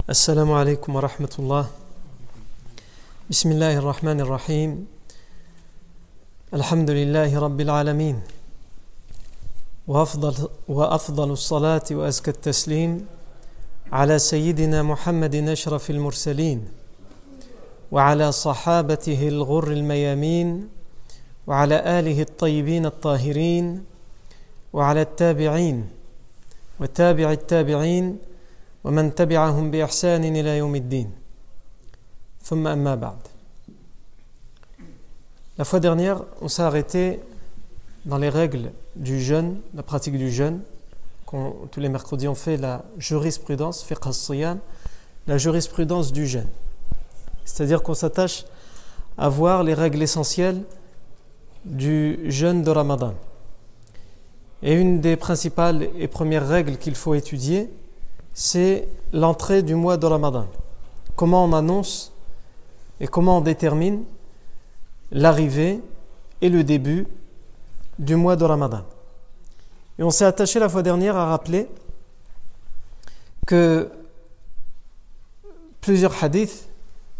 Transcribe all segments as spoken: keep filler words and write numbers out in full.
السلام عليكم ورحمة الله. بسم الله الرحمن الرحيم. الحمد لله رب العالمين، وأفضل, وأفضل الصلاة وأزكى التسليم على سيدنا محمد أشرف المرسلين وعلى صحابته الغر الميامين وعلى آله الطيبين الطاهرين وعلى التابعين وتابع التابعين ومن تبعهم بإحسان إلى يوم الدين. ثم أما بعد. La fois dernière, on s'est arrêté dans les règles du jeûne, la pratique du jeûne. Quand, tous les mercredis, on fait la jurisprudence, fiqh as-siyam, la jurisprudence du jeûne. C'est-à-dire qu'on s'attache à voir les règles essentielles du jeûne de Ramadan. Et une des principales et premières règles qu'il faut étudier, c'est l'entrée du mois de Ramadan. Comment on annonce et comment on détermine l'arrivée et le début du mois de Ramadan. Et on s'est attaché la fois dernière à rappeler que plusieurs hadiths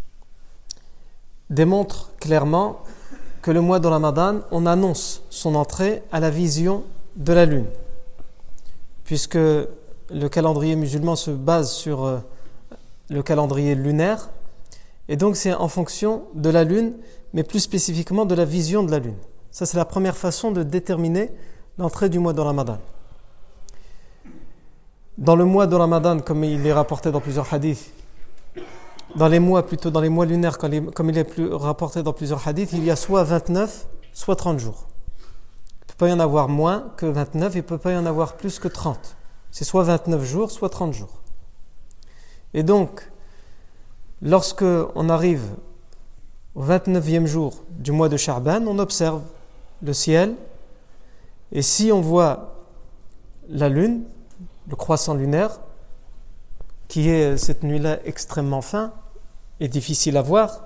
démontrent clairement que le mois de Ramadan, on annonce son entrée à la vision de la lune, puisque le calendrier musulman se base sur euh, le calendrier lunaire, et donc c'est en fonction de la lune, mais plus spécifiquement de la vision de la lune. Ça, c'est la première façon de déterminer l'entrée du mois de Ramadan. Dans le mois de Ramadan, comme il est rapporté dans plusieurs hadiths, dans les mois, plutôt dans les mois lunaires, comme il est plus rapporté dans plusieurs hadiths, il y a soit vingt-neuf, soit trente jours. Il ne peut pas y en avoir moins que vingt-neuf, il ne peut pas y en avoir plus que trente. C'est soit vingt-neuf jours, soit trente jours. Et donc, lorsque on arrive au vingt-neuvième jour du mois de Sha'ban, on observe le ciel, et si on voit la lune, le croissant lunaire, qui est cette nuit-là extrêmement fin et difficile à voir,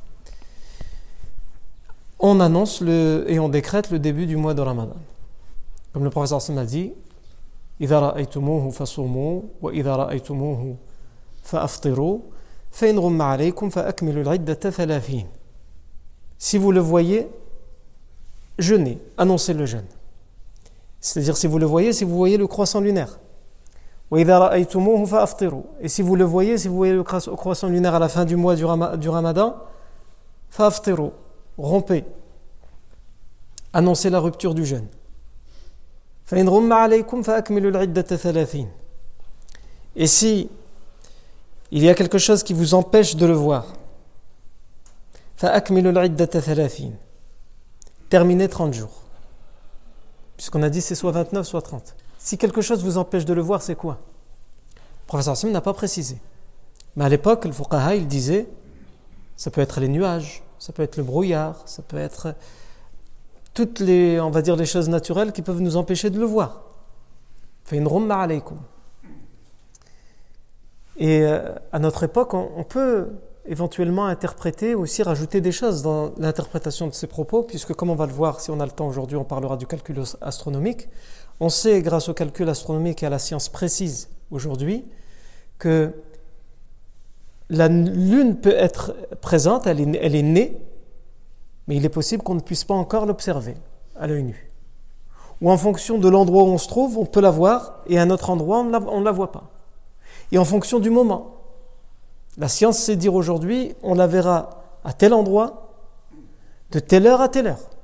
on annonce le, et on décrète le début du mois de Ramadan. Comme le professeur Sam a dit, إذا رأيتموه فصوموا وإذا رأيتموه فأفطروا فإن غم عليكم فأكملوا العدة ثلاثين. Si vous le voyez, jeûnez, annoncez le jeûne. C'est-à-dire si vous le voyez, si vous voyez le croissant lunaire. وإذا رأيتموه فأفطروا. Et si vous le voyez, si vous voyez le croissant lunaire à la fin du mois du, ram- du Ramadan, فأفطروا, rompez, annoncez la rupture du jeûne. فإن غم عليكم فأكملوا العدة ثلاثين. Et si il y a quelque chose qui vous empêche de le voir, فأكملوا العدة ثلاثين, terminez trente jours. Puisqu'on a dit c'est soit vingt-neuf, soit trente. Si quelque chose vous empêche de le voir, c'est quoi? Le professeur Hassim n'a pas précisé. Mais à l'époque, le fuqaha, il disait, ça peut être les nuages, ça peut être le brouillard, ça peut être toutes les, on va dire, les choses naturelles qui peuvent nous empêcher de le voir. Et euh, à notre époque, on, on peut éventuellement interpréter, aussi rajouter des choses dans l'interprétation de ces propos, puisque comme on va le voir, si on a le temps aujourd'hui, on parlera du calcul astronomique. On sait, grâce au calcul astronomique et à la science précise aujourd'hui, que la lune peut être présente, elle est, elle est née, mais il est possible qu'on ne puisse pas encore l'observer à l'œil nu. Ou en fonction de l'endroit où on se trouve, on peut la voir, et à un autre endroit, on ne la voit pas. Et en fonction du moment. La science sait dire aujourd'hui, on la verra à tel endroit, de telle heure à telle heure.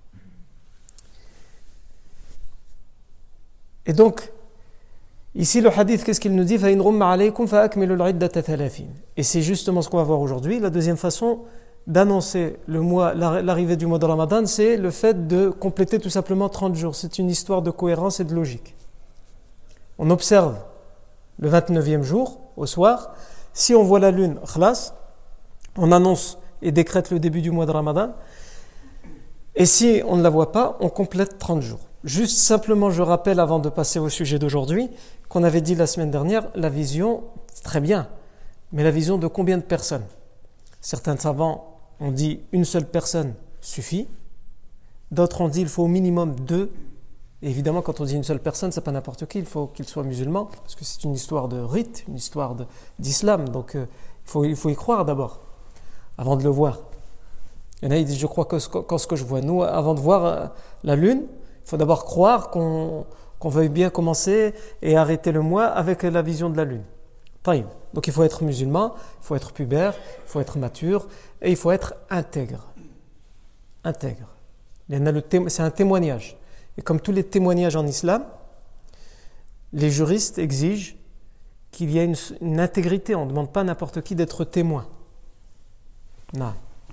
Et donc, ici le hadith, qu'est-ce qu'il nous dit? فَإِنْ غُمَّ عَلَيْكُمْ فَأَكْمِلُوا الْعِدَّةَ ثَلَاثِينَ. Et c'est justement ce qu'on va voir aujourd'hui. La deuxième façon d'annoncer le mois, l'arrivée du mois de Ramadan, c'est le fait de compléter tout simplement trente jours. C'est une histoire de cohérence et de logique. On observe le vingt-neuvième jour, au soir. Si on voit la lune, khlas, on annonce et décrète le début du mois de Ramadan. Et si on ne la voit pas, on complète trente jours. Juste simplement, je rappelle avant de passer au sujet d'aujourd'hui, qu'on avait dit la semaine dernière, la vision, c'est très bien, mais la vision de combien de personnes? Certains savants ont dit une seule personne suffit, d'autres ont dit il faut au minimum deux, Et évidemment, quand on dit une seule personne, c'est pas n'importe qui, il faut qu'il soit musulman, parce que c'est une histoire de rite, une histoire de, d'islam, donc euh, il, faut, il faut y croire d'abord, avant de le voir. Il y en a, ils disent, je crois que quand ce que je vois, nous, avant de voir euh, la lune, il faut d'abord croire qu'on, qu'on veuille bien commencer et arrêter le mois avec la vision de la lune. Taïb. Donc il faut être musulman, il faut être pubère, il faut être mature, et il faut être intègre. Intègre. C'est un témoignage. Et comme tous les témoignages en islam, les juristes exigent qu'il y ait une, une intégrité. On ne demande pas à n'importe qui d'être témoin. Non.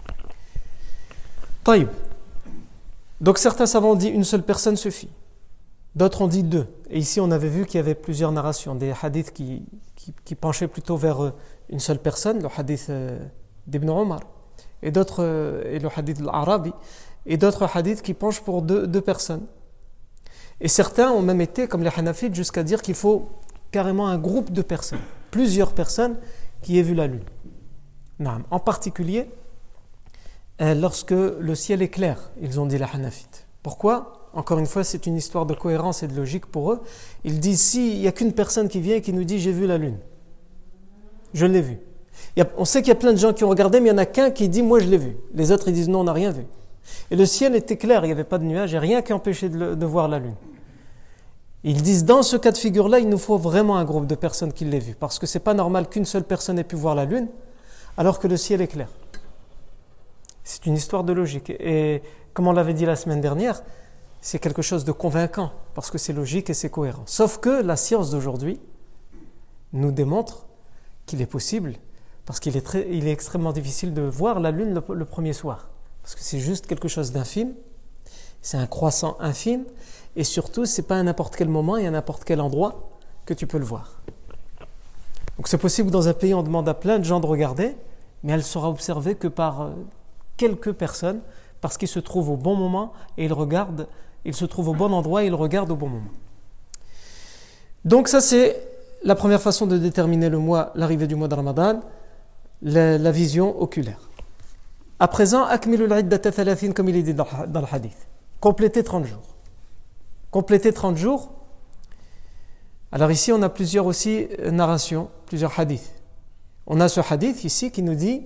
Taïb. Donc certains savants ont dit une seule personne suffit. D'autres ont dit deux. Et ici on avait vu qu'il y avait plusieurs narrations, des hadiths qui, qui, qui penchaient plutôt vers une seule personne, le hadith d'Ibn Omar, et d'autres, et le hadith de l'Arabi, et d'autres hadiths qui penchent pour deux, deux personnes. Et certains ont même été, comme les Hanafites, jusqu'à dire qu'il faut carrément un groupe de personnes, plusieurs personnes qui aient vu la lune. En particulier, lorsque le ciel est clair, ils ont dit les Hanafites. Pourquoi ? Encore une fois, c'est une histoire de cohérence et de logique pour eux. Ils disent, s'il n'y a qu'une personne qui vient et qui nous dit « j'ai vu la lune », je l'ai vue. Il y a, on sait qu'il y a plein de gens qui ont regardé, mais il n'y en a qu'un qui dit « moi je l'ai vu ». Les autres ils disent « non, on n'a rien vu ». Et le ciel était clair, il n'y avait pas de nuages, il n'y a rien qui empêchait de, le, de voir la lune. Ils disent, dans ce cas de figure-là, il nous faut vraiment un groupe de personnes qui l'aient vu, parce que ce n'est pas normal qu'une seule personne ait pu voir la lune, alors que le ciel est clair. C'est une histoire de logique. Et comme on l'avait dit la semaine dernière, c'est quelque chose de convaincant, parce que c'est logique et c'est cohérent. Sauf que la science d'aujourd'hui nous démontre qu'il est possible, parce qu'il est, très, il est extrêmement difficile de voir la lune le, le premier soir. Parce que c'est juste quelque chose d'infime, c'est un croissant infime, et surtout, ce n'est pas à n'importe quel moment et à n'importe quel endroit que tu peux le voir. Donc c'est possible que dans un pays, on demande à plein de gens de regarder, mais elle sera observée que par quelques personnes, parce qu'ils se trouvent au bon moment et ils regardent, ils se trouvent au bon endroit et ils regardent au bon moment. Donc ça, c'est la première façon de déterminer le mois, l'arrivée du mois de Ramadan, la, la vision oculaire. À présent, akmilul iddata thalathin, comme il est dit dans le hadith. Complétez trente jours. Compléter trente jours. Alors ici, on a plusieurs aussi narrations, plusieurs hadiths. On a ce hadith ici qui nous dit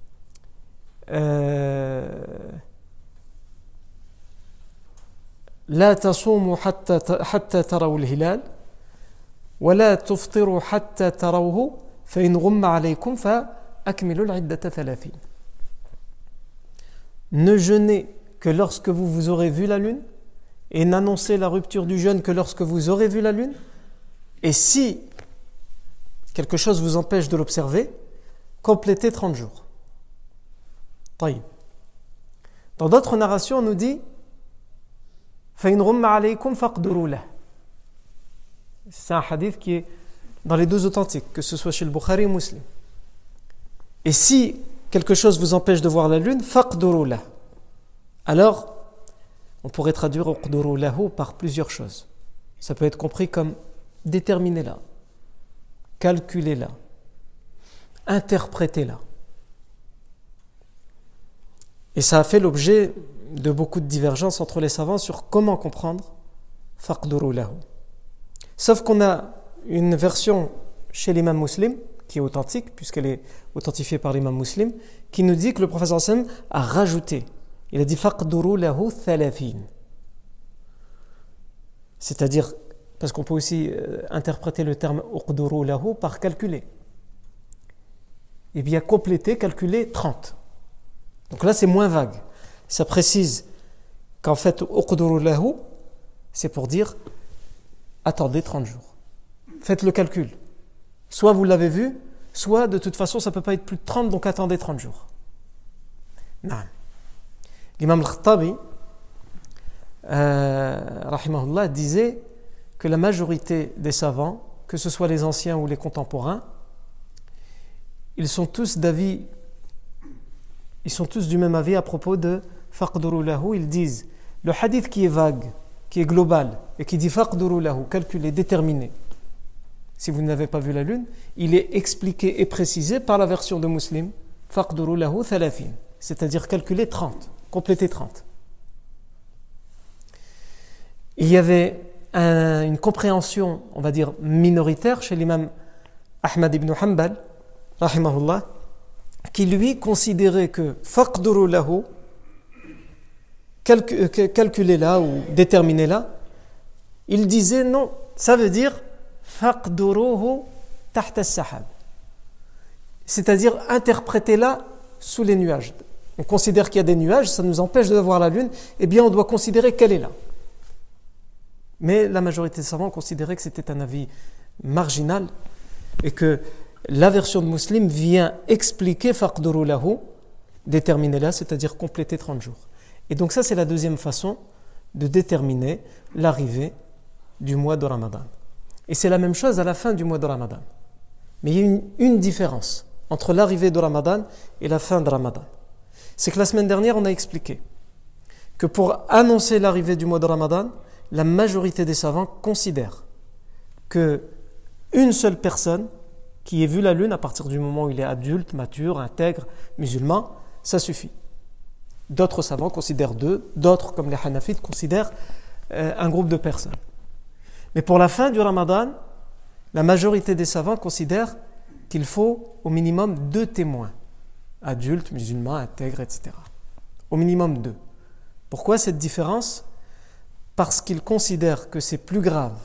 لا تصوموا حتى حتى تروا الهلال ولا تفطروا حتى تروه فإن غم عليكم فأكملوا العدة ثلاثين. Ne jeûnez que lorsque vous, vous aurez vu la lune, et n'annoncez la rupture du jeûne que lorsque vous aurez vu la lune. Et si quelque chose vous empêche de l'observer, complétez trente jours. Taïb. Dans d'autres narrations, on nous dit فَإِنْ غُمَّ عَلَيْكُمْ فَاقْدُرُوا لَهُ. C'est un hadith qui est dans les deux authentiques, que ce soit chez le Bukhari ou Muslim. Et si quelque chose vous empêche de voir la lune, faqduru lah. Alors, on pourrait traduire uqduru lahu par plusieurs choses. Ça peut être compris comme déterminez-la, calculez-la, interprétez-la. Et ça a fait l'objet de beaucoup de divergences entre les savants sur comment comprendre faqduru lahu. Sauf qu'on a une version chez l'imam Muslim qui est authentique, puisqu'elle est authentifiée par l'imam Muslim, qui nous dit que le prophète sallam a rajouté. Il a dit faqduru lahu thalathin. C'est-à-dire, parce qu'on peut aussi euh, interpréter le terme uqduru lahu par calculer. Et bien compléter, calculer trente. Donc là c'est moins vague. Ça précise qu'en fait uqduru lahu, c'est pour dire attendez trente jours. Faites le calcul. Soit vous l'avez vu, soit de toute façon ça ne peut pas être plus de trente, donc attendez trente jours. Non. L'imam al-Khattabi, euh, rahimahullah, disait que la majorité des savants, que ce soit les anciens ou les contemporains, ils sont tous d'avis, ils sont tous du même avis à propos de faqduru lahu. Ils disent, le hadith qui est vague, qui est global, et qui dit faqduru lahu, calculé, déterminé, si vous n'avez pas vu la lune, il est expliqué et précisé par la version de Muslim, faqduru lahu thalathin, c'est-à-dire calculer trente, compléter trente. il y avait un, une compréhension, on va dire, minoritaire chez l'imam Ahmad ibn Hanbal, rahimahullah, qui lui considérait que faqduru lahu, calculez-la ou déterminez-la, il disait non, ça veut dire faqduruhu tahta as-sahab, c'est-à-dire interprétez-la sous les nuages. On considère qu'il y a des nuages, ça nous empêche de voir la lune, eh bien on doit considérer qu'elle est là. Mais la majorité des savants considéraient que c'était un avis marginal et que la version de Muslim vient expliquer faqduru lahu, déterminer-la, c'est-à-dire compléter trente jours. Et donc ça c'est la deuxième façon de déterminer l'arrivée du mois de Ramadan. Et c'est la même chose à la fin du mois de Ramadan. Mais il y a une, une différence entre l'arrivée de Ramadan et la fin de Ramadan. C'est que la semaine dernière on a expliqué que pour annoncer l'arrivée du mois de Ramadan, la majorité des savants considèrent que une seule personne qui ait vu la lune à partir du moment où il est adulte, mature, intègre, musulman, ça suffit. D'autres savants considèrent deux, d'autres comme les Hanafites considèrent euh, un groupe de personnes. Mais pour la fin du Ramadan, la majorité des savants considèrent qu'il faut au minimum deux témoins, adultes, musulmans, intègres, et cetera. Au minimum deux. Pourquoi cette différence ? Parce qu'ils considèrent que c'est plus grave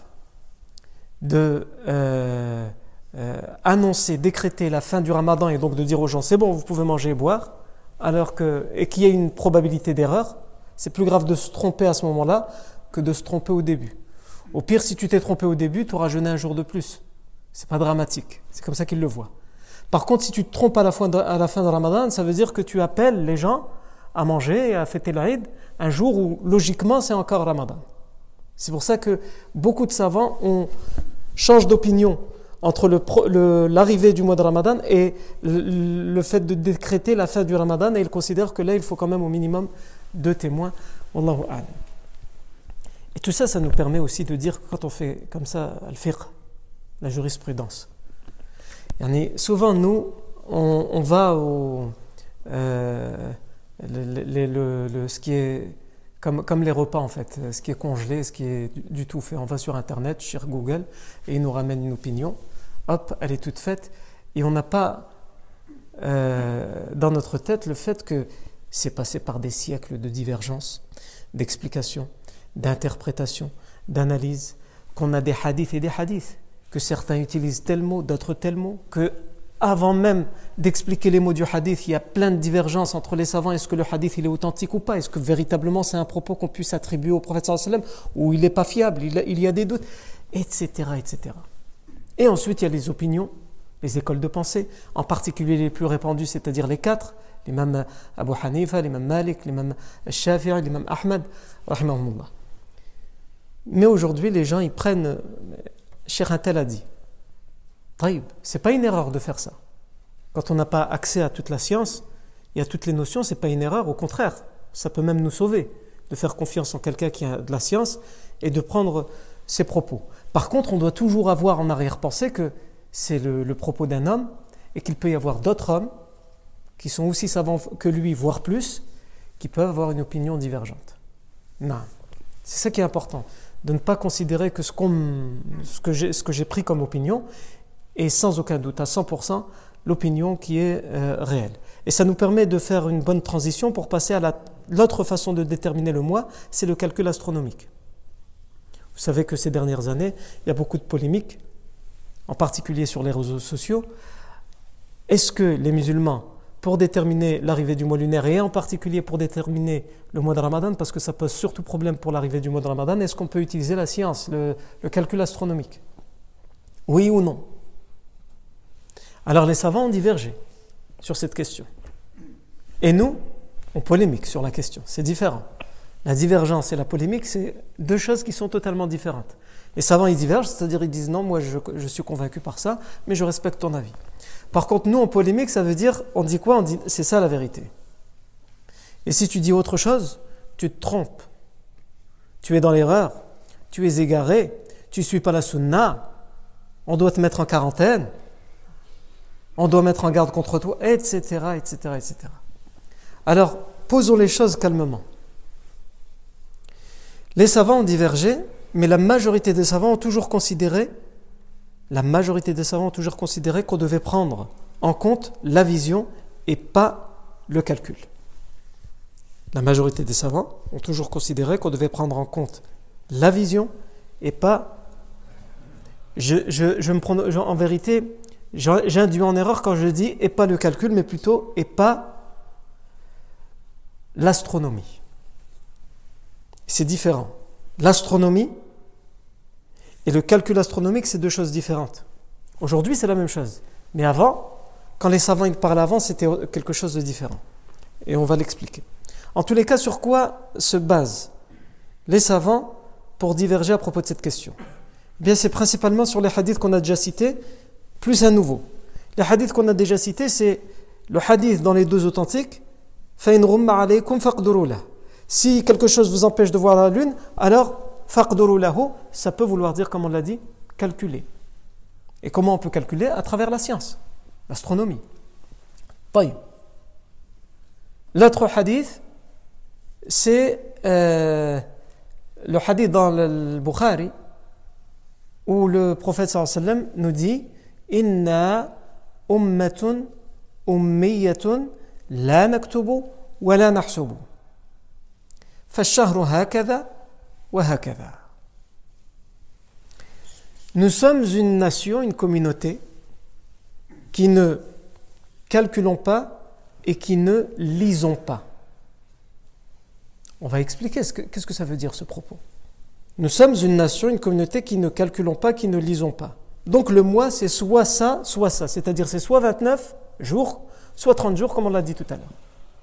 de euh, euh, annoncer, décréter la fin du Ramadan et donc de dire aux gens c'est bon, vous pouvez manger et boire, alors que, et qu'il y ait une probabilité d'erreur. C'est plus grave de se tromper à ce moment-là que de se tromper au début. Au pire, si tu t'es trompé au début, tu auras jeûné un jour de plus. C'est pas dramatique. C'est comme ça qu'ils le voient. Par contre, si tu te trompes à la fin de, à la fin de Ramadan, ça veut dire que tu appelles les gens à manger et à fêter l'Aïd un jour où, logiquement, c'est encore Ramadan. C'est pour ça que beaucoup de savants ont, changent d'opinion entre le, le, l'arrivée du mois de Ramadan et le, le fait de décréter la fin du Ramadan, et ils considèrent que là, il faut quand même au minimum deux témoins. Wallahu a'lam. Et tout ça, ça nous permet aussi de dire que quand on fait comme ça, al-fiqh, la jurisprudence, yani, souvent nous, on, on va au... Euh, le, le, le, le, ce qui est comme, comme les repas en fait, ce qui est congelé, ce qui est du, du tout fait. On va sur internet, sur Google, et il nous ramène une opinion, hop, elle est toute faite, et on n'a pas euh, dans notre tête le fait que c'est passé par des siècles de divergences, d'explications, d'interprétations, d'analyses, qu'on a des hadiths et des hadiths, que certains utilisent tel mot, d'autres tel mot, que avant même d'expliquer les mots du hadith, il y a plein de divergences entre les savants. Est-ce que le hadith il est authentique ou pas? Est-ce que véritablement c'est un propos qu'on puisse attribuer au prophète sallallahu alayhi wa sallam, ou il n'est pas fiable, il, a, il y a des doutes, et cetera, et cetera. Et ensuite il y a les opinions, les écoles de pensée, en particulier les plus répandues, c'est-à-dire les quatre, l'imam Abu Hanifa, l'imam Malik, l'imam Shafi'i, l'imam Ahmad, rahimahumullah. Mais aujourd'hui les gens ils prennent, Cheikh un tel a dit, taïb, c'est pas une erreur de faire ça. Quand on n'a pas accès à toute la science et à toutes les notions, c'est pas une erreur, au contraire, ça peut même nous sauver de faire confiance en quelqu'un qui a de la science et de prendre ses propos. Par contre, on doit toujours avoir en arrière-pensée que c'est le, le propos d'un homme et qu'il peut y avoir d'autres hommes qui sont aussi savants que lui, voire plus, qui peuvent avoir une opinion divergente. Non, c'est ça qui est important, de ne pas considérer que ce, qu'on, ce, que j'ai, ce que j'ai pris comme opinion est sans aucun doute à cent pour cent l'opinion qui est euh, réelle. Et ça nous permet de faire une bonne transition pour passer à la, l'autre façon de déterminer le mois, c'est le calcul astronomique. Vous savez que ces dernières années, il y a beaucoup de polémiques, en particulier sur les réseaux sociaux. Est-ce que les musulmans, pour déterminer l'arrivée du mois lunaire, et en particulier pour déterminer le mois de Ramadan, parce que ça pose surtout problème pour l'arrivée du mois de Ramadan, est-ce qu'on peut utiliser la science, le, le calcul astronomique? Oui ou non? Alors les savants ont divergé sur cette question. Et nous, on polémique sur la question. C'est différent. La divergence et la polémique, c'est deux choses qui sont totalement différentes. Les savants, ils divergent, c'est-à-dire ils disent non, moi je, je suis convaincu par ça, mais je respecte ton avis. Par contre, nous, en polémique, ça veut dire, on dit quoi? On dit, c'est ça la vérité. Et si tu dis autre chose, tu te trompes. Tu es dans l'erreur, tu es égaré, tu ne suis pas la sunna, on doit te mettre en quarantaine, on doit mettre en garde contre toi, et cetera, et cetera, et cetera. Alors, posons les choses calmement. Les savants ont divergé, mais la majorité des savants ont toujours considéré, la majorité des savants ont toujours considéré qu'on devait prendre en compte la vision et pas le calcul. La majorité des savants ont toujours considéré qu'on devait prendre en compte la vision et pas... Je, je, je me prends, je, en vérité, j'induis en erreur quand je dis et pas le calcul, mais plutôt et pas l'astronomie. C'est différent. L'astronomie et le calcul astronomique, c'est deux choses différentes. Aujourd'hui, c'est la même chose. Mais avant, quand les savants ils parlaient avant, c'était quelque chose de différent. Et on va l'expliquer. En tous les cas, sur quoi se basent les savants pour diverger à propos de cette question ? Eh bien, c'est principalement sur les hadiths qu'on a déjà cités, plus un nouveau. Les hadiths qu'on a déjà cités, c'est le hadith dans les deux authentiques, فَإِنْ غُمَّ عَلَيْكُمْ فَاقْدُرُوا لَهُ. Si quelque chose vous empêche de voir la lune, alors فَاقْدُرُوا لَهُ, ça peut vouloir dire, comme on l'a dit, calculer. Et comment on peut calculer ? À travers la science, l'astronomie. طيب. L'autre hadith, c'est euh, le hadith dans le Bukhari, où le prophète sallallahu alayhi wa sallam nous dit Inna ummatun ummiyatun la naktubu wa la nahsubu fashahru hakadha wa hakadha. Nous sommes une nation, une communauté qui ne calculons pas et qui ne lisons pas. On va expliquer ce que, qu'est-ce que ça veut dire ce propos. Nous sommes une nation, une communauté qui ne calculons pas, qui ne lisons pas. Donc le mois, c'est soit ça, soit ça. C'est-à-dire c'est soit vingt-neuf jours, soit trente jours, comme on l'a dit tout à l'heure.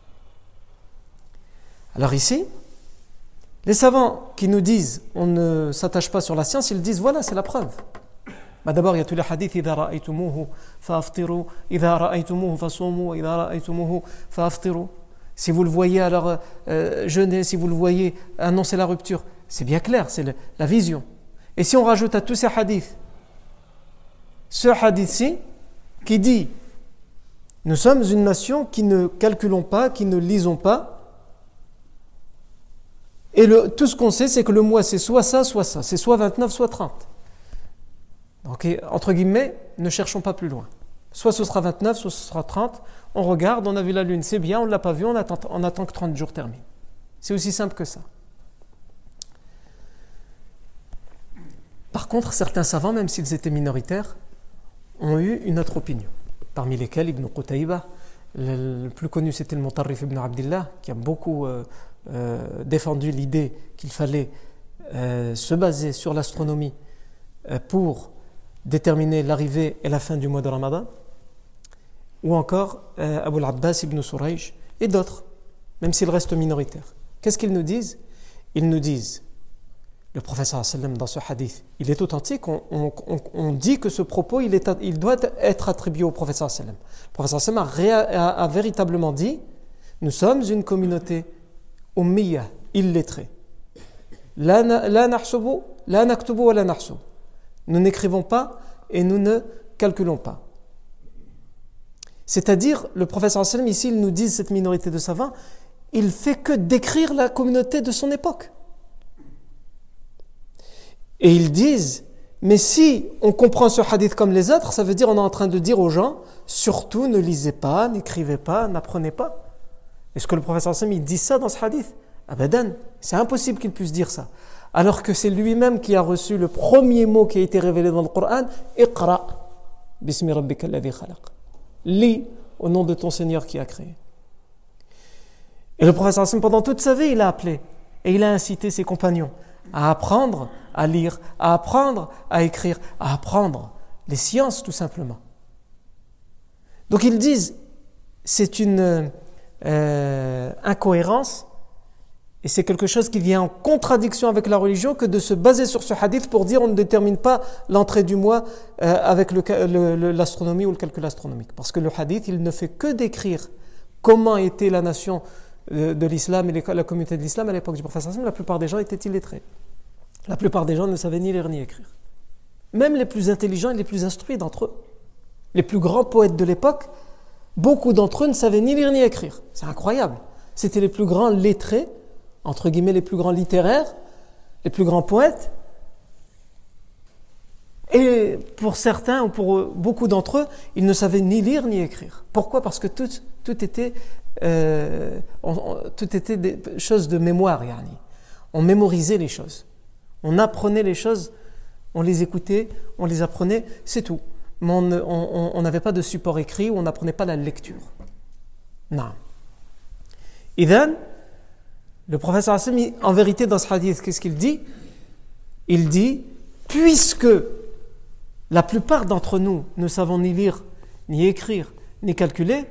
Alors ici, les savants qui nous disent on ne s'attache pas sur la science, ils disent voilà, c'est la preuve. Bah d'abord, il y a tous les hadiths إِذَا رَأَيْتُمُوهُ فَأَفْطِرُوا إِذَا رَأَيْتُمُوهُ فَصُومُوا إِذَا رَأَيْتُمُوهُ فَأَفْطِرُوا. Si vous le voyez, alors euh, jeûnez. Si vous le voyez, annoncez la rupture. C'est bien clair, c'est le, la vision. Et si on rajoute à tous ces hadiths, ce hadith-ci, qui dit nous sommes une nation qui ne calculons pas, qui ne lisons pas, et le, tout ce qu'on sait, c'est que le mois, c'est soit ça, soit ça. C'est soit vingt-neuf, soit trente. Donc, entre guillemets, ne cherchons pas plus loin. Soit ce sera vingt-neuf, soit ce sera trente. On regarde, on a vu la lune, c'est bien, on ne l'a pas vu, on attend, on attend que trente jours terminent. C'est aussi simple que ça. Par contre, certains savants, même s'ils étaient minoritaires, ont eu une autre opinion. Parmi lesquels Ibn Qutayba, le, le plus connu c'était le Mutarrif ibn Abdillah, qui a beaucoup euh, euh, défendu l'idée qu'il fallait euh, se baser sur l'astronomie euh, pour déterminer l'arrivée et la fin du mois de Ramadan, ou encore euh, Abu al-Abbas ibn Surayj et d'autres, même s'ils restent minoritaires. Qu'est-ce qu'ils nous disent ? Ils nous disent, le prophète sallallahu alayhi wa sallam dans ce hadith, il est authentique, on, on, on, on dit que ce propos, il, est, il doit être attribué au prophète sallallahu alayhi wa sallam. Le prophète sallallahu alayhi wa sallam a, a, a véritablement dit, nous sommes une communauté ummiyah, illettrée. La nahsubu, la naktubu wa la nahsub. Nous n'écrivons pas et nous ne calculons pas. C'est-à-dire, le prophète sallallahu alayhi wa sallam, ici, il nous dit, cette minorité de savants, il fait que décrire la communauté de son époque. Et ils disent, mais si on comprend ce hadith comme les autres, ça veut dire on est en train de dire aux gens, surtout ne lisez pas, n'écrivez pas, n'apprenez pas. Est-ce que le prophète sallallahu alayhi wa sallam, il dit ça dans ce hadith ? Abadan, c'est impossible qu'il puisse dire ça. Alors que c'est lui-même qui a reçu le premier mot qui a été révélé dans le Coran, Iqra, bismi rabbika alladhi khalaq. Lis au nom de ton Seigneur qui a créé. Et le prophète sallallahu alayhi wa sallam, pendant toute sa vie, il a appelé et il a incité ses compagnons à apprendre à lire, à apprendre à écrire, à apprendre les sciences tout simplement. Donc ils disent, c'est une euh, incohérence et c'est quelque chose qui vient en contradiction avec la religion que de se baser sur ce hadith pour dire on ne détermine pas l'entrée du mois euh, avec le, le, le, l'astronomie ou le calcul astronomique. Parce que le hadith, il ne fait que décrire comment était la nation de, de l'islam et la communauté de l'islam à l'époque du prophète sallallahu alayhi wa sallam. La plupart des gens étaient illettrés. La plupart des gens ne savaient ni lire ni écrire. Même les plus intelligents et les plus instruits d'entre eux, les plus grands poètes de l'époque, beaucoup d'entre eux ne savaient ni lire ni écrire. C'est incroyable. C'était les plus grands lettrés, entre guillemets les plus grands littéraires, les plus grands poètes. Et pour certains, ou pour beaucoup d'entre eux, ils ne savaient ni lire ni écrire. Pourquoi? Parce que tout, tout était, euh, on, on, tout était des choses de mémoire, yani. On mémorisait les choses. On apprenait les choses, on les écoutait, on les apprenait, c'est tout. Mais on n'avait pas de support écrit, ou on n'apprenait pas la lecture. Non. Idhan, le prophète en vérité dans ce hadith, qu'est-ce qu'il dit? Il dit, puisque la plupart d'entre nous ne savons ni lire, ni écrire, ni calculer,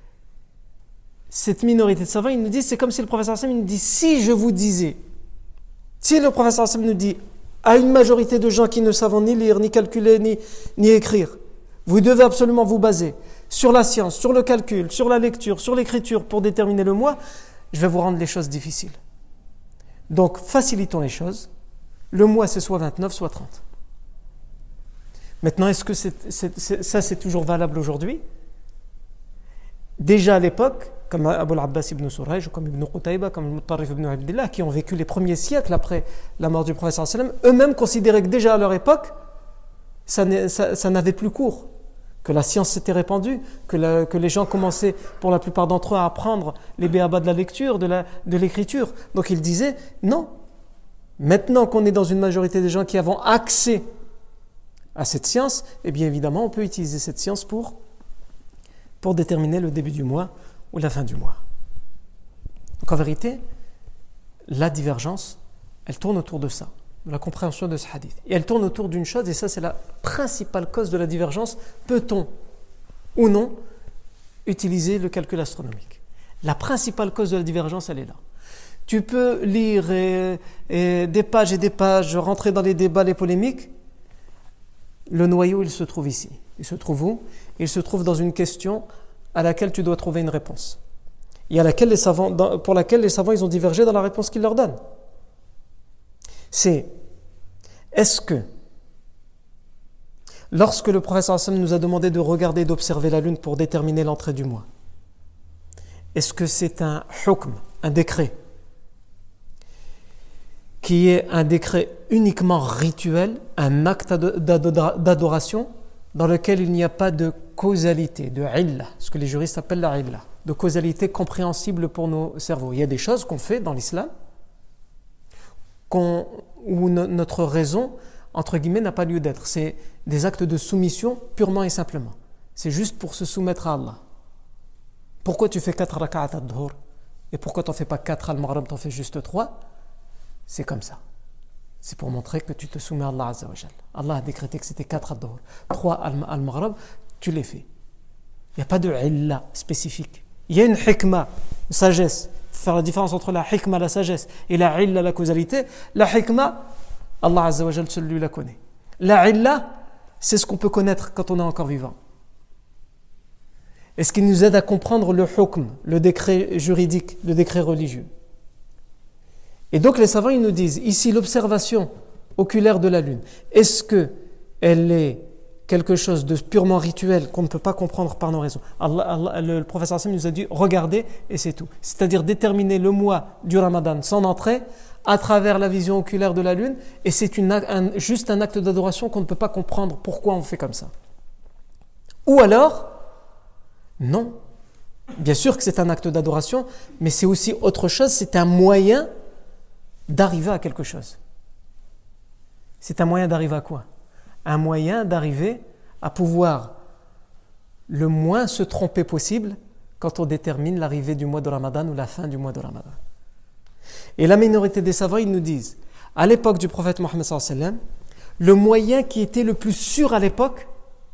cette minorité de savants, ils nous disent, c'est comme si le prophète il nous dit, si je vous disais, si le prophète nous dit à une majorité de gens qui ne savent ni lire, ni calculer, ni, ni écrire, vous devez absolument vous baser sur la science, sur le calcul, sur la lecture, sur l'écriture pour déterminer le mois, je vais vous rendre les choses difficiles. Donc, facilitons les choses. Le mois, c'est soit vingt-neuf, soit trente. Maintenant, est-ce que c'est, c'est, c'est, ça, c'est toujours valable aujourd'hui? Déjà à l'époque, comme Abu al-Abbas ibn Surayj, comme Ibn Qutayba, comme Mutarrif ibn Abdillah, qui ont vécu les premiers siècles après la mort du prophète sallallahu alayhi wa sallam, eux-mêmes considéraient que déjà à leur époque, ça, ça, ça n'avait plus cours, que la science s'était répandue, que, la, que les gens commençaient, pour la plupart d'entre eux, à apprendre les béabas de la lecture, de, la, de l'écriture. Donc ils disaient, non, maintenant qu'on est dans une majorité des gens qui avons accès à cette science, eh bien évidemment, on peut utiliser cette science pour, pour déterminer le début du mois ou la fin du mois. Donc en vérité, la divergence, elle tourne autour de ça, de la compréhension de ce hadith. Et elle tourne autour d'une chose, et ça c'est la principale cause de la divergence, peut-on ou non utiliser le calcul astronomique? La principale cause de la divergence, elle est là. Tu peux lire et, et des pages et des pages, rentrer dans les débats, les polémiques. Le noyau, il se trouve ici. Il se trouve où? Il se trouve dans une question à laquelle tu dois trouver une réponse. Et à laquelle les savants, dans, pour laquelle les savants ils ont divergé dans la réponse qu'ils leur donnent. C'est, est-ce que, lorsque le prophète sallallahu alayhi wa sallam nous a demandé de regarder et d'observer la lune pour déterminer l'entrée du mois, est-ce que c'est un hukm, un décret, qui est un décret uniquement rituel, un acte d'adoration dans lequel il n'y a pas de causalité, de illa, ce que les juristes appellent la illa, de causalité compréhensible pour nos cerveaux. Il y a des choses qu'on fait dans l'islam qu'on, où no, notre raison, entre guillemets, n'a pas lieu d'être. C'est des actes de soumission purement et simplement. C'est juste pour se soumettre à Allah. Pourquoi tu fais quatre raka'at ad-dhuhr et pourquoi tu n'en fais pas quatre al-maghrib, tu en fais juste trois? C'est comme ça. C'est pour montrer que tu te soumets à Allah Azza wa Jal. Allah a décrété que c'était quatre ad-dhuhr, trois al-maghrib, tu les fais. Il n'y a pas de illa spécifique. Il y a une hikmah, une sagesse. Faire la différence entre la hikmah, la sagesse, et la illa, la causalité. La hikmah, Allah Azza wa Jal seul lui la connaît. La illa, c'est ce qu'on peut connaître quand on est encore vivant. Et ce qui nous aide à comprendre le hukm, le décret juridique, le décret religieux. Et donc les savants ils nous disent, ici l'observation oculaire de la lune, est-ce qu'elle est quelque chose de purement rituel qu'on ne peut pas comprendre par nos raisons? Allah, Allah, le, le professeur Hassan nous a dit, regardez et c'est tout. C'est-à-dire déterminer le mois du Ramadan, son entrée, à travers la vision oculaire de la lune, et c'est une, un, juste un acte d'adoration qu'on ne peut pas comprendre pourquoi on fait comme ça. Ou alors, non. Bien sûr que c'est un acte d'adoration, mais c'est aussi autre chose, c'est un moyen d'arriver à quelque chose. C'est un moyen d'arriver à quoi? Un moyen d'arriver à pouvoir le moins se tromper possible quand on détermine l'arrivée du mois de Ramadan ou la fin du mois de Ramadan. Et la minorité des savants, ils nous disent, à l'époque du prophète Mohammed sallallahu alayhi wa sallam, le moyen qui était le plus sûr à l'époque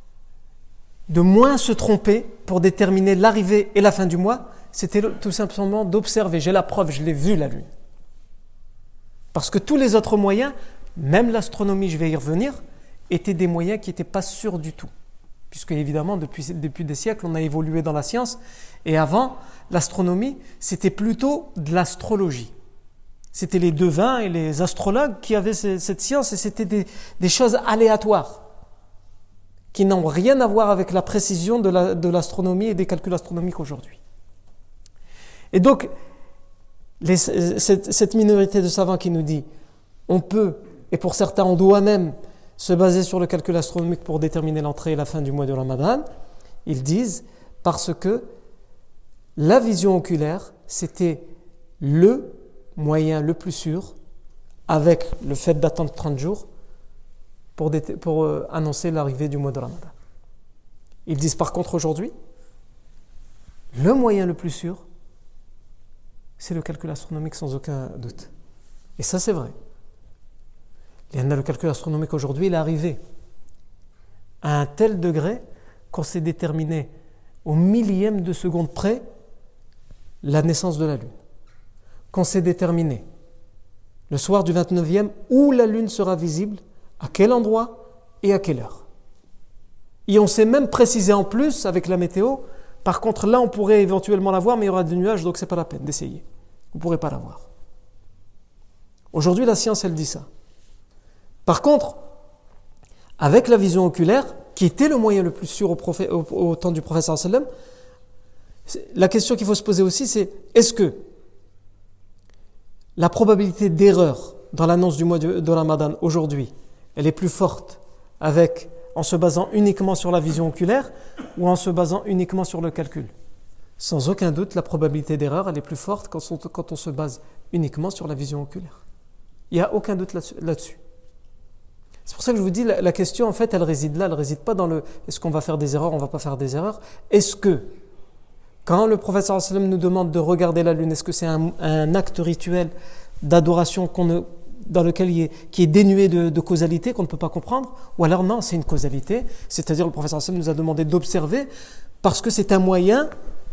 de moins se tromper pour déterminer l'arrivée et la fin du mois, c'était tout simplement d'observer. J'ai la preuve, je l'ai vu la lune. Parce que tous les autres moyens, même l'astronomie, je vais y revenir, étaient des moyens qui n'étaient pas sûrs du tout. Puisque évidemment, depuis, depuis des siècles, on a évolué dans la science. Et avant, l'astronomie, c'était plutôt de l'astrologie. C'était les devins et les astrologues qui avaient cette science, et c'était des, des choses aléatoires, qui n'ont rien à voir avec la précision de, la, de l'astronomie et des calculs astronomiques aujourd'hui. Et donc, Les, cette, cette minorité de savants qui nous dit on peut, et pour certains on doit même se baser sur le calcul astronomique pour déterminer l'entrée et la fin du mois de Ramadan, ils disent parce que la vision oculaire, c'était le moyen le plus sûr, avec le fait d'attendre trente jours, pour, dé- pour euh, annoncer l'arrivée du mois de Ramadan. Ils disent par contre aujourd'hui, le moyen le plus sûr, c'est le calcul astronomique sans aucun doute. Et ça c'est vrai. Le calcul astronomique aujourd'hui, il est arrivé à un tel degré qu'on s'est déterminé au millième de seconde près la naissance de la Lune. Qu'on s'est déterminé le soir du vingt-neuvième où la Lune sera visible, à quel endroit et à quelle heure. Et on s'est même précisé en plus avec la météo, par contre là on pourrait éventuellement la voir mais il y aura des nuages donc c'est pas la peine d'essayer. Vous ne pourrez pas la voir. Aujourd'hui la science elle dit ça. Par contre, avec la vision oculaire, qui était le moyen le plus sûr au, prophète, au, au temps du prophète sallallahu alayhi wa sallam, la question qu'il faut se poser aussi c'est est-ce que la probabilité d'erreur dans l'annonce du mois de, de Ramadan aujourd'hui, elle est plus forte avec, en se basant uniquement sur la vision oculaire ou en se basant uniquement sur le calcul? Sans aucun doute, la probabilité d'erreur, elle est plus forte quand on, quand on se base uniquement sur la vision oculaire. Il n'y a aucun doute là-dessus. là-dessus. C'est pour ça que je vous dis, la, la question en fait, elle réside là, elle ne réside pas dans le est-ce qu'on va faire des erreurs, on ne va pas faire des erreurs. Est-ce que, quand le prophète sallallahu alayhi wa sallam nous demande de regarder la lune, est-ce que c'est un, un acte rituel d'adoration qu'on ne, dans lequel il est, qui est dénué de, de causalité, qu'on ne peut pas comprendre? Ou alors non, c'est une causalité, c'est-à-dire le prophète sallallahu alayhi wa sallam nous a demandé d'observer parce que c'est un moyen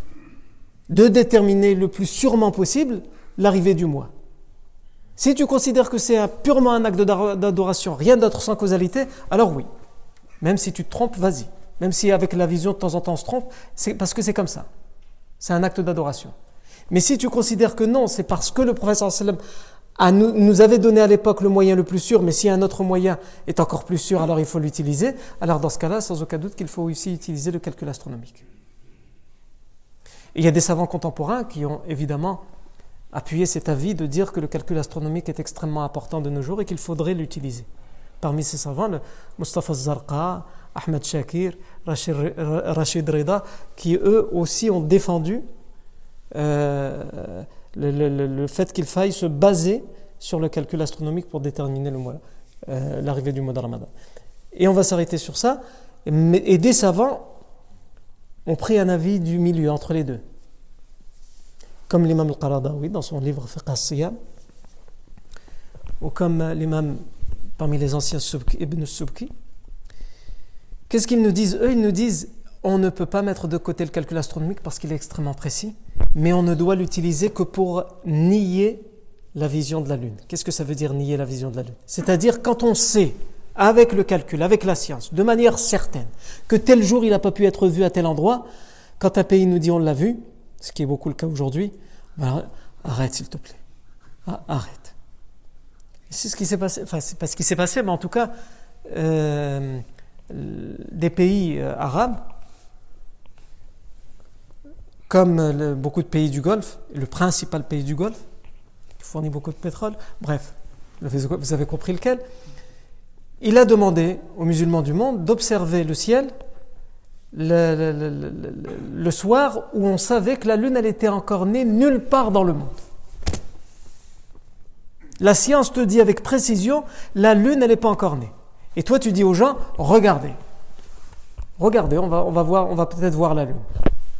de déterminer le plus sûrement possible l'arrivée du mois. Si tu considères que c'est un, purement un acte d'adoration, rien d'autre sans causalité, alors oui. Même si tu te trompes, vas-y. Même si avec la vision de temps en temps on se trompe, c'est parce que c'est comme ça. C'est un acte d'adoration. Mais si tu considères que non, c'est parce que le prophète sallallahu alayhi wa sallam a, nous, nous avait donné à l'époque le moyen le plus sûr, mais si un autre moyen est encore plus sûr, alors il faut l'utiliser. Alors dans ce cas-là, sans aucun doute qu'il faut aussi utiliser le calcul astronomique. Et il y a des savants contemporains qui ont évidemment appuyé cet avis de dire que le calcul astronomique est extrêmement important de nos jours et qu'il faudrait l'utiliser. Parmi ces savants, le Mustafa Zarqa, Ahmed Shakir, Rachid, Rachid Rida, qui eux aussi ont défendu euh, le, le, le fait qu'il faille se baser sur le calcul astronomique pour déterminer le mois, euh, l'arrivée du mois de Ramadan. Et on va s'arrêter sur ça. Et des savants ont pris un avis du milieu entre les deux. Comme l'imam al-Qaradawi dans son livre Fiqh as-Siyam, ou comme l'imam parmi les anciens Subki, Ibn Subki. Qu'est-ce qu'ils nous disent? Eux, ils nous disent on ne peut pas mettre de côté le calcul astronomique parce qu'il est extrêmement précis, mais on ne doit l'utiliser que pour nier la vision de la Lune. Qu'est-ce que ça veut dire nier la vision de la Lune? C'est-à-dire quand on sait, avec le calcul, avec la science, de manière certaine, que tel jour il n'a pas pu être vu à tel endroit, quand un pays nous dit on l'a vu, ce qui est beaucoup le cas aujourd'hui, ben arrête s'il te plaît, ah, arrête. Et c'est ce qui s'est passé, enfin c'est pas ce qui s'est passé, mais en tout cas, euh, des pays euh, arabes, comme le, beaucoup de pays du Golfe, le principal pays du Golfe, qui fournit beaucoup de pétrole, bref, vous avez compris lequel, il a demandé aux musulmans du monde d'observer le ciel le, le, le, le, le soir où on savait que la lune elle était encore née nulle part dans le monde. La science te dit avec précision, la lune elle n'est pas encore née. Et toi tu dis aux gens, regardez, regardez, on va, on va voir, on va peut-être voir la lune.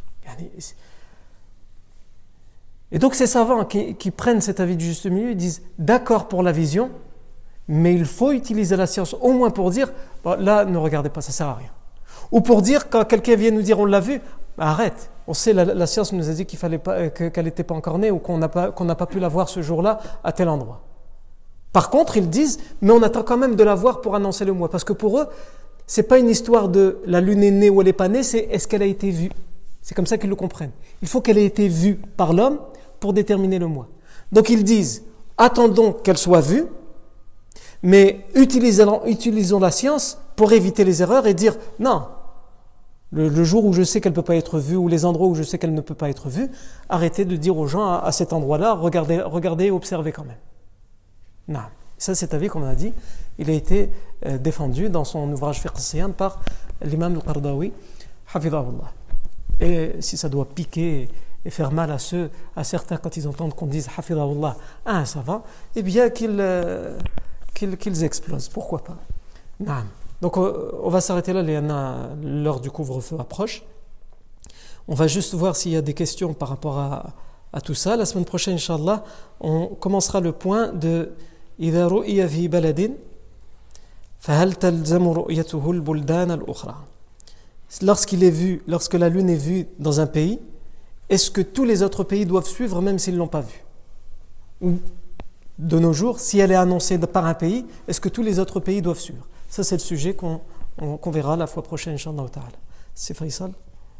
Et donc ces savants qui, qui prennent cet avis du juste milieu, ils disent d'accord pour la vision, mais il faut utiliser la science au moins pour dire, bon, là ne regardez pas, ça sert à rien. Ou pour dire, quand quelqu'un vient nous dire on l'a vu, bah arrête, on sait, la, la science nous a dit qu'il fallait pas, que, qu'elle n'était pas encore née ou qu'on n'a pas, qu'on n'a pas pu la voir ce jour-là à tel endroit. Par contre, ils disent, mais on attend quand même de la voir pour annoncer le mois. Parce que pour eux, c'est pas une histoire de la lune est née ou elle n'est pas née, c'est est-ce qu'elle a été vue. C'est comme ça qu'ils le comprennent. Il faut qu'elle ait été vue par l'homme pour déterminer le mois. Donc ils disent, attendons qu'elle soit vue, mais utilisons, utilisons la science pour éviter les erreurs et dire, non, le, le jour où je sais qu'elle ne peut pas être vue, ou les endroits où je sais qu'elle ne peut pas être vue, arrêtez de dire aux gens à, à cet endroit-là, regardez, regardez et observez quand même. Non, Ça, cet avis, comme on a dit, il a été euh, défendu dans son ouvrage Fiqh as-Siyam par l'imam al-Qardawi, hafidhahullah. Et si ça doit piquer et faire mal à ceux, à certains quand ils entendent qu'on dise hafidhahullah à un savant, eh bien qu'ils, euh, qu'ils, qu'ils explosent, pourquoi pas. Naam. Donc on va s'arrêter là, l'heure du couvre-feu approche. On va juste voir s'il y a des questions par rapport à, à tout ça. La semaine prochaine, Inch'Allah, on commencera le point de إذا رؤي في بلد فهل تلزم رؤيته البلدان الأخرى. Lorsqu'il est vu, lorsque la lune est vue dans un pays, est-ce que tous les autres pays doivent suivre même s'ils ne l'ont pas vue? Ou de nos jours, si elle est annoncée par un pays, est-ce que tous les autres pays doivent suivre? Ça, c'est le sujet qu'on, on, qu'on verra la fois prochaine, Inch'Allah ta'ala. C'est Faisal?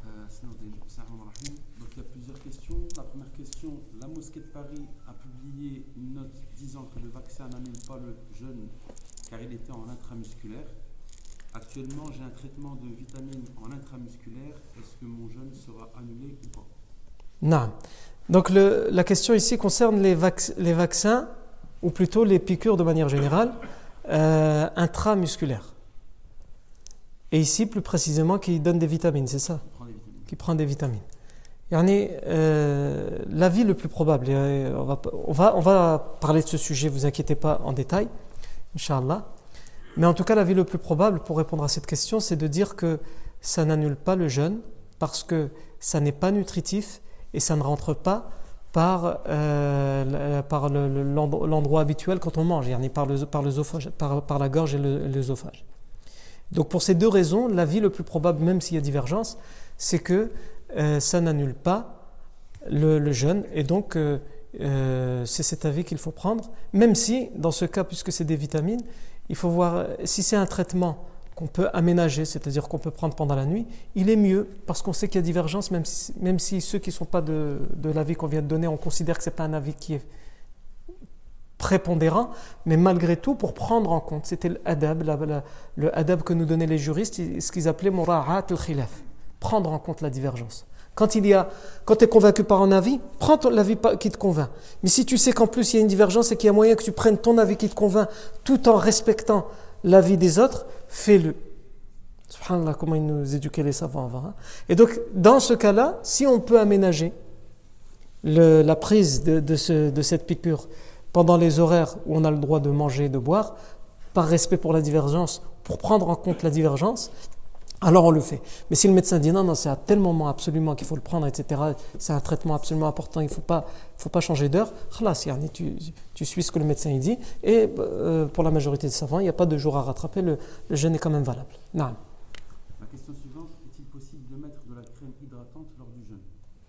Donc il y a plusieurs questions. La première question, la mosquée de Paris a publié une note disant que le vaccin n'annule pas le jeûne car il était en intramusculaire. Actuellement, j'ai un traitement de vitamine en intramusculaire. Est-ce que mon jeûne sera annulé ou pas? Non. Donc le, la question ici concerne les, vac- les vaccins, ou plutôt les piqûres de manière générale, euh, intramusculaires. Et ici, plus précisément, qui donne des vitamines, c'est ça? Qui prend des vitamines. Yani, euh, l'avis le plus probable, euh, on, va, on, va, on va parler de ce sujet, vous inquiétez pas, en détail, Inch'Allah. Mais en tout cas, l'avis le plus probable pour répondre à cette question, c'est de dire que ça n'annule pas le jeûne parce que ça n'est pas nutritif et ça ne rentre pas par, euh, par le, le, l'endroit habituel quand on mange, yani par, le, par, l'œsophage, par, par la gorge et le, l'œsophage. Donc pour ces deux raisons, l'avis le plus probable, même s'il y a divergence, c'est que euh, ça n'annule pas le, le jeûne et donc euh, euh, c'est cet avis qu'il faut prendre, même si dans ce cas, puisque c'est des vitamines, il faut voir si c'est un traitement qu'on peut aménager, c'est-à-dire qu'on peut prendre pendant la nuit, il est mieux parce qu'on sait qu'il y a divergence, même si, même si ceux qui ne sont pas de, de l'avis qu'on vient de donner, on considère que ce n'est pas un avis qui est prépondérant, mais malgré tout, pour prendre en compte, c'était l'adab, la, la, le adab que nous donnaient les juristes, ce qu'ils appelaient mura'at al-khilaf, prendre en compte la divergence. Quand il y a, quand tu es convaincu par un avis, prends ton, l'avis qui te convainc. Mais si tu sais qu'en plus il y a une divergence et qu'il y a moyen que tu prennes ton avis qui te convainc tout en respectant l'avis des autres, fais-le. Subhanallah, comment ils nous éduquaient les savants avant. Hein? Et donc, dans ce cas-là, si on peut aménager le, la prise de, de, ce, de cette piqûre pendant les horaires où on a le droit de manger et de boire, par respect pour la divergence, pour prendre en compte la divergence, alors on le fait. Mais si le médecin dit non, non, c'est à tel moment absolument qu'il faut le prendre, et cetera, c'est un traitement absolument important, il ne faut pas, faut pas changer d'heure, khalas, yani, tu, tu suis ce que le médecin il dit, et euh, pour la majorité des savants, il n'y a pas de jour à rattraper, le, le jeûne est quand même valable. Naam. La question suivante, est-il possible de mettre de la crème hydratante lors du jeûne?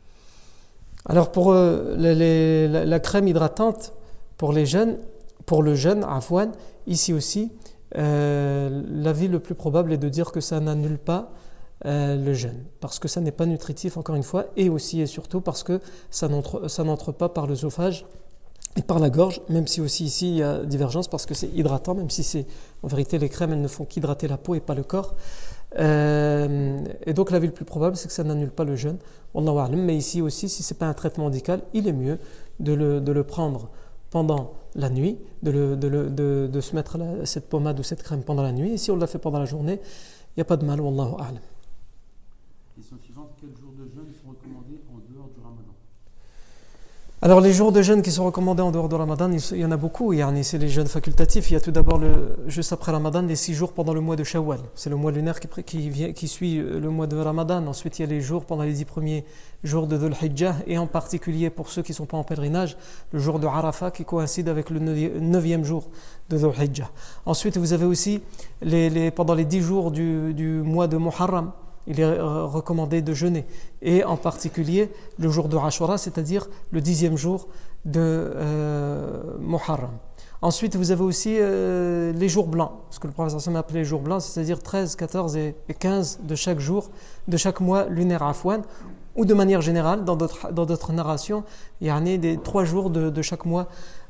Alors pour euh, les, les, la, la crème hydratante, pour les jeunes, pour le jeûne, afwan, ici aussi, Euh, l'avis le plus probable est de dire que ça n'annule pas euh, le jeûne, parce que ça n'est pas nutritif encore une fois, et aussi et surtout parce que ça n'entre, ça n'entre pas par l'œsophage et par la gorge, même si aussi ici il y a divergence parce que c'est hydratant, même si c'est en vérité les crèmes elles ne font qu'hydrater la peau et pas le corps. Euh, et donc l'avis le plus probable c'est que ça n'annule pas le jeûne, Wallahu a'lam. Mais ici aussi, si c'est pas un traitement médical, il est mieux de le, de le prendre pendant la nuit, de, le, de, le, de, de se mettre la, cette pommade ou cette crème pendant la nuit. Et si on l'a fait pendant la journée, il n'y a pas de mal, Wallahu a'lam. Question suivante, quels jours de jeûne sont recommandés en dehors du Ramadan? Alors les jours de jeûne qui sont recommandés en dehors de Ramadan, il y en a beaucoup. C'est les jeûnes facultatifs. Il y a tout d'abord, le, juste après Ramadan, les six jours pendant le mois de Shawwal. C'est le mois lunaire qui, qui, vient, qui suit le mois de Ramadan. Ensuite, il y a les jours pendant les dix premiers jours de Dhul Hijjah, et en particulier pour ceux qui ne sont pas en pèlerinage, le jour de Arafat qui coïncide avec le neuvième jour de Dhul Hijjah. Ensuite, vous avez aussi les, les, pendant les dix jours du, du mois de Muharram, il est recommandé de jeûner, et en particulier le jour de Ashura, c'est-à-dire le dixième jour de euh, Muharram. Ensuite, vous avez aussi euh, les jours blancs, ce que le prophète sallallahu alayhi wa sallam appelait les jours blancs, c'est-à-dire treize, quatorze et quinze de chaque jour, de chaque mois lunaire afwan, ou de manière générale, dans d'autres, dans d'autres narrations, il y a des trois jours de, de chaque mois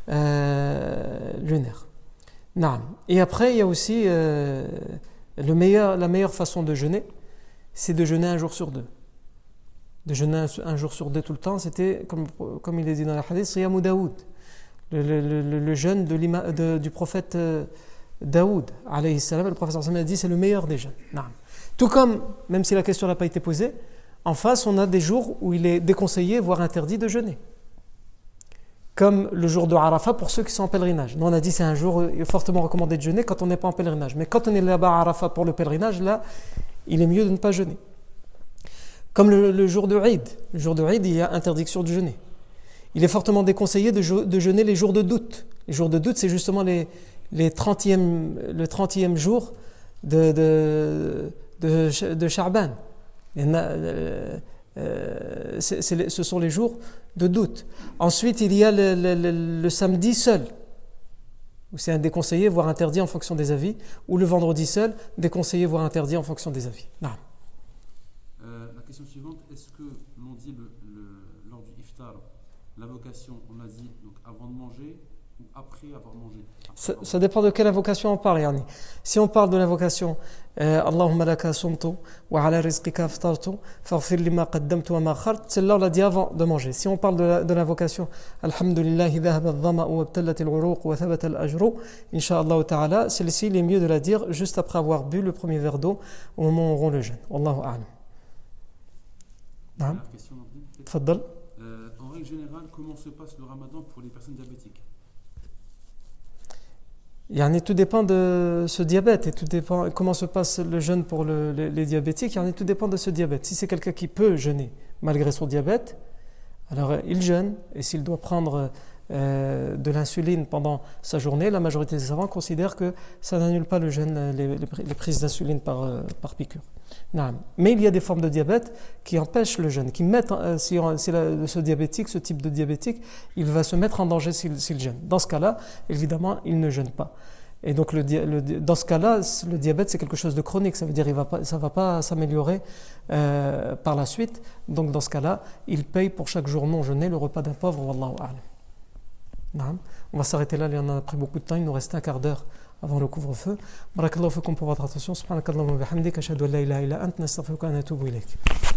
euh, lunaire. Naam. Et après, il y a aussi euh, le meilleur, la meilleure façon de jeûner, c'est de jeûner un jour sur deux. De jeûner un, un jour sur deux tout le temps, c'était, comme, comme il est dit dans la hadith, Siyamu Daoud. le, le, le, le jeûne de de, du prophète euh, Daoud, alayhi salam. Le prophète a dit c'est le meilleur des jeûnes. Non. Tout comme, même si la question n'a pas été posée, en face, on a des jours où il est déconseillé, voire interdit de jeûner. Comme le jour de Arafat pour ceux qui sont en pèlerinage. Nous, on a dit c'est un jour fortement recommandé de jeûner quand on n'est pas en pèlerinage. Mais quand on est là-bas à Arafat pour le pèlerinage, là, il est mieux de ne pas jeûner. Comme le, le jour de Eid. Le jour de Eid, il y a interdiction de jeûner. Il est fortement déconseillé de, je, de jeûner les jours de doute. Les jours de doute, c'est justement les, les trentième, le trentième jour de, de, de, de Sha'ban. Euh, euh, c'est, c'est, ce sont les jours de doute. Ensuite, il y a le, le, le, le samedi seul, où c'est un déconseillé, voire interdit en fonction des avis, ou le vendredi seul, déconseillé, voire interdit en fonction des avis. Non. Euh, la question suivante, est-ce que l'on dit le, le, lors du iftar, l'invocation, on a dit donc avant de manger ou après avoir mangé? Après ça, avoir ça dépend de quelle invocation on parle. Yani. Si on parle de l'invocation euh, Allahumma laka sumtu wa ala rizqika aftartu faghfir lima qaddamtu wa ma akhart, celle-là on l'a dit avant de manger. Si on parle de, la, de l'invocation Alhamdulillahi dhahaba adh-dhama'u wa ibtalat al-uruq wa thabata al-ajru, incha'Allah ta'ala, celle-ci il est mieux de la dire juste après avoir bu le premier verre d'eau au moment où on rompt le jeûne. Wallahu a'lam. Dernière question, Tfaddal. Euh, en règle générale, comment se passe le ramadan pour les personnes diabétiques? Yani, tout dépend de ce diabète et tout dépend comment se passe le jeûne pour le, les, les diabétiques. Yani, tout dépend de ce diabète. Si c'est quelqu'un qui peut jeûner malgré son diabète, alors euh, il jeûne, et s'il doit prendre euh, de l'insuline pendant sa journée, la majorité des savants considèrent que ça n'annule pas le jeûne, les, les, les prises d'insuline par, euh, par piqûre. Non. Mais il y a des formes de diabète qui empêchent le jeûne, qui mettent, euh, si, on, si la, ce diabétique, ce type de diabétique, il va se mettre en danger s'il, s'il jeûne. Dans ce cas-là, évidemment, il ne jeûne pas. Et donc, le, le, dans ce cas-là, le diabète, c'est quelque chose de chronique. Ça veut dire que ça ne va pas s'améliorer euh, par la suite. Donc, dans ce cas-là, il paye pour chaque jour non jeûné le repas d'un pauvre. Wallahu a'lam. Non. On va s'arrêter là. Il y en a pris beaucoup de temps. Il nous reste un quart d'heure avant le couvre-feu. Barakallahu fikum pour votre attention. Subhanakallahumma wa bihamdika ashhadu an la ilaha illa anta nastaghfiruka wa natubu ilayk.